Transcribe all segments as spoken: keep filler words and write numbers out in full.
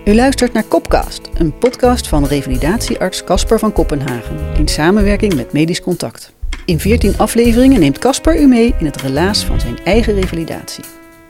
U luistert naar Kopcast, een podcast van revalidatiearts Casper van Kopenhagen in samenwerking met Medisch Contact. In veertien afleveringen neemt Casper u mee in het relaas van zijn eigen revalidatie.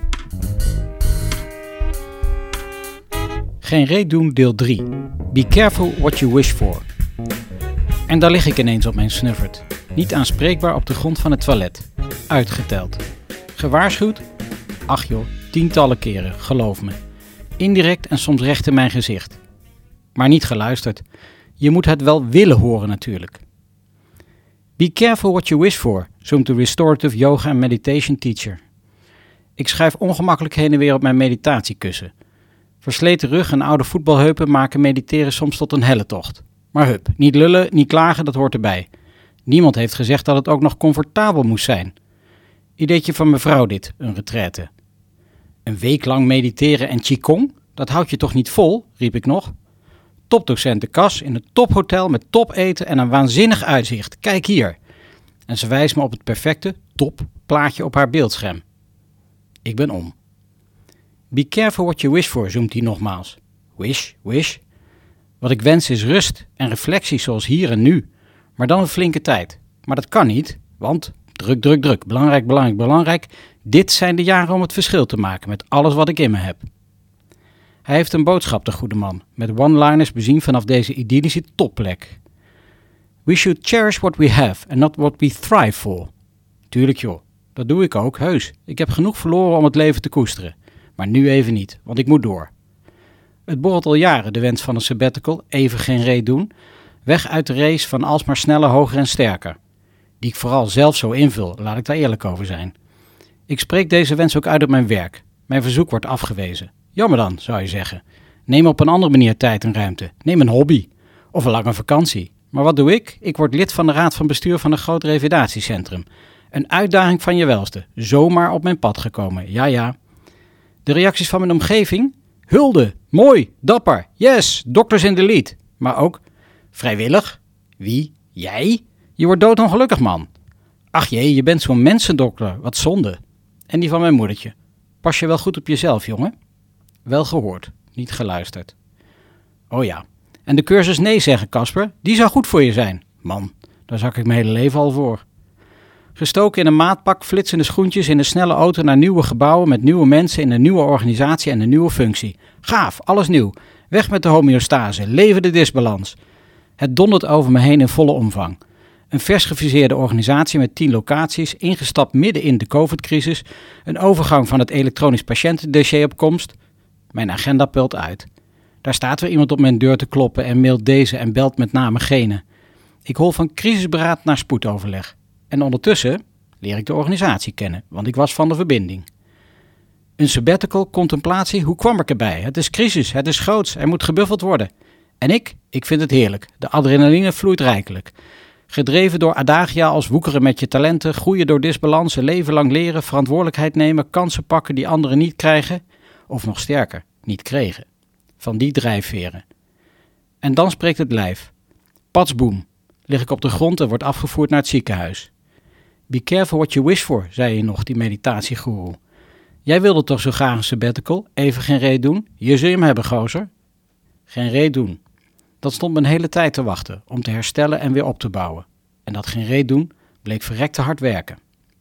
Geen reet doen deel drie. Be careful what you wish for. En daar lig ik ineens op mijn snuffert. Niet aanspreekbaar op de grond van het toilet. Uitgeteld. Gewaarschuwd? Ach joh, tientallen keren, geloof me. Indirect en soms recht in mijn gezicht. Maar niet geluisterd. Je moet het wel willen horen natuurlijk. Be careful what you wish for, zoomt de restorative yoga en meditation teacher. Ik schuif ongemakkelijk heen en weer op mijn meditatiekussen. Versleten rug en oude voetbalheupen maken mediteren soms tot een helletocht. Maar hup, niet lullen, niet klagen, dat hoort erbij. Niemand heeft gezegd dat het ook nog comfortabel moest zijn. Ideetje van mevrouw dit, een retraite. Een week lang mediteren en qigong? Dat houd je toch niet vol, riep ik nog. Topdocenten Cas in een tophotel met topeten en een waanzinnig uitzicht. Kijk hier. En ze wijst me op het perfecte top plaatje op haar beeldscherm. Ik ben om. Be careful what you wish for, zoomt hij nogmaals. Wish, wish. Wat ik wens is rust en reflectie zoals hier en nu. Maar dan een flinke tijd. Maar dat kan niet, want druk, druk, druk. Belangrijk, belangrijk, belangrijk. Dit zijn de jaren om het verschil te maken met alles wat ik in me heb. Hij heeft een boodschap, de goede man, met one-liners bezien vanaf deze idyllische topplek. We should cherish what we have and not what we thrive for. Tuurlijk joh, dat doe ik ook, heus. Ik heb genoeg verloren om het leven te koesteren. Maar nu even niet, want ik moet door. Het borrelt al jaren de wens van een sabbatical, even geen reet doen. Weg uit de race van alsmaar sneller, hoger en sterker. Die ik vooral zelf zo invul, laat ik daar eerlijk over zijn. Ik spreek deze wens ook uit op mijn werk. Mijn verzoek wordt afgewezen. Jammer dan, zou je zeggen. Neem op een andere manier tijd en ruimte. Neem een hobby. Of een lange vakantie. Maar wat doe ik? Ik word lid van de raad van bestuur van een groot revalidatiecentrum. Een uitdaging van je welste. Zomaar op mijn pad gekomen. Ja, ja. De reacties van mijn omgeving? Hulde. Mooi. Dapper. Yes. Dokters in de lead. Maar ook vrijwillig. Wie? Jij? Je wordt doodongelukkig, man. Ach jee, je bent zo'n mensendokter. Wat zonde. En die van mijn moedertje. Pas je wel goed op jezelf, jongen? Wel gehoord, niet geluisterd. Oh ja, en de cursus nee zeggen, Casper, die zou goed voor je zijn. Man, daar zak ik mijn hele leven al voor. Gestoken in een maatpak, flitsende schoentjes in een snelle auto naar nieuwe gebouwen met nieuwe mensen in een nieuwe organisatie en een nieuwe functie. Gaaf, alles nieuw. Weg met de homeostase, leven de disbalans. Het dondert over me heen in volle omvang. Een vers gefuseerde organisatie met tien locaties, ingestapt midden in de COVID-crisis, een overgang van het elektronisch patiëntendossier op komst. Mijn agenda pult uit. Daar staat weer iemand op mijn deur te kloppen en mailt deze en belt met name gene. Ik hol van crisisberaad naar spoedoverleg. En ondertussen leer ik de organisatie kennen, want ik was van de verbinding. Een sabbatical, contemplatie, hoe kwam ik erbij? Het is crisis, het is groots, er moet gebuffeld worden. En ik? Ik vind het heerlijk. De adrenaline vloeit rijkelijk. Gedreven door adagia als woekeren met je talenten, groeien door disbalans, een leven lang leren, verantwoordelijkheid nemen, kansen pakken die anderen niet krijgen, of nog sterker, niet kregen. Van die drijfveren. En dan spreekt het lijf. Patsboom, lig ik op de grond en word afgevoerd naar het ziekenhuis. Be careful what you wish for, zei je nog, die meditatiegoeroe. Jij wilde toch zo graag een sabbatical, even geen reet doen? Je zul je hem hebben, gozer. Geen reet doen. Dat stond mijn hele tijd te wachten, om te herstellen en weer op te bouwen. En dat geen reet doen, bleek verrekte hard werken.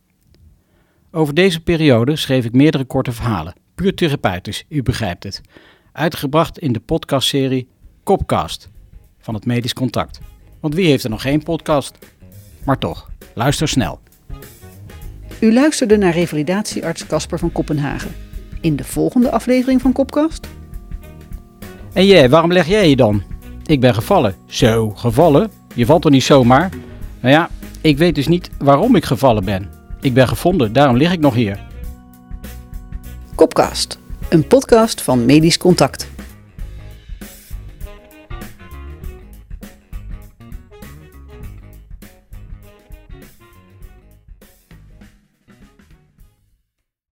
Over deze periode schreef ik meerdere korte verhalen. Puur therapeutisch, u begrijpt het. Uitgebracht in de podcastserie Kopcast van het Medisch Contact. Want wie heeft er nog geen podcast? Maar toch, luister snel. U luisterde naar revalidatiearts Casper van Kopenhagen. In de volgende aflevering van Kopcast. En jij, waarom leg jij je dan? Ik ben gevallen. Zo, gevallen? Je valt toch niet zomaar? Nou ja, ik weet dus niet waarom ik gevallen ben. Ik ben gevonden, daarom lig ik nog hier. Kopcast, een podcast van Medisch Contact.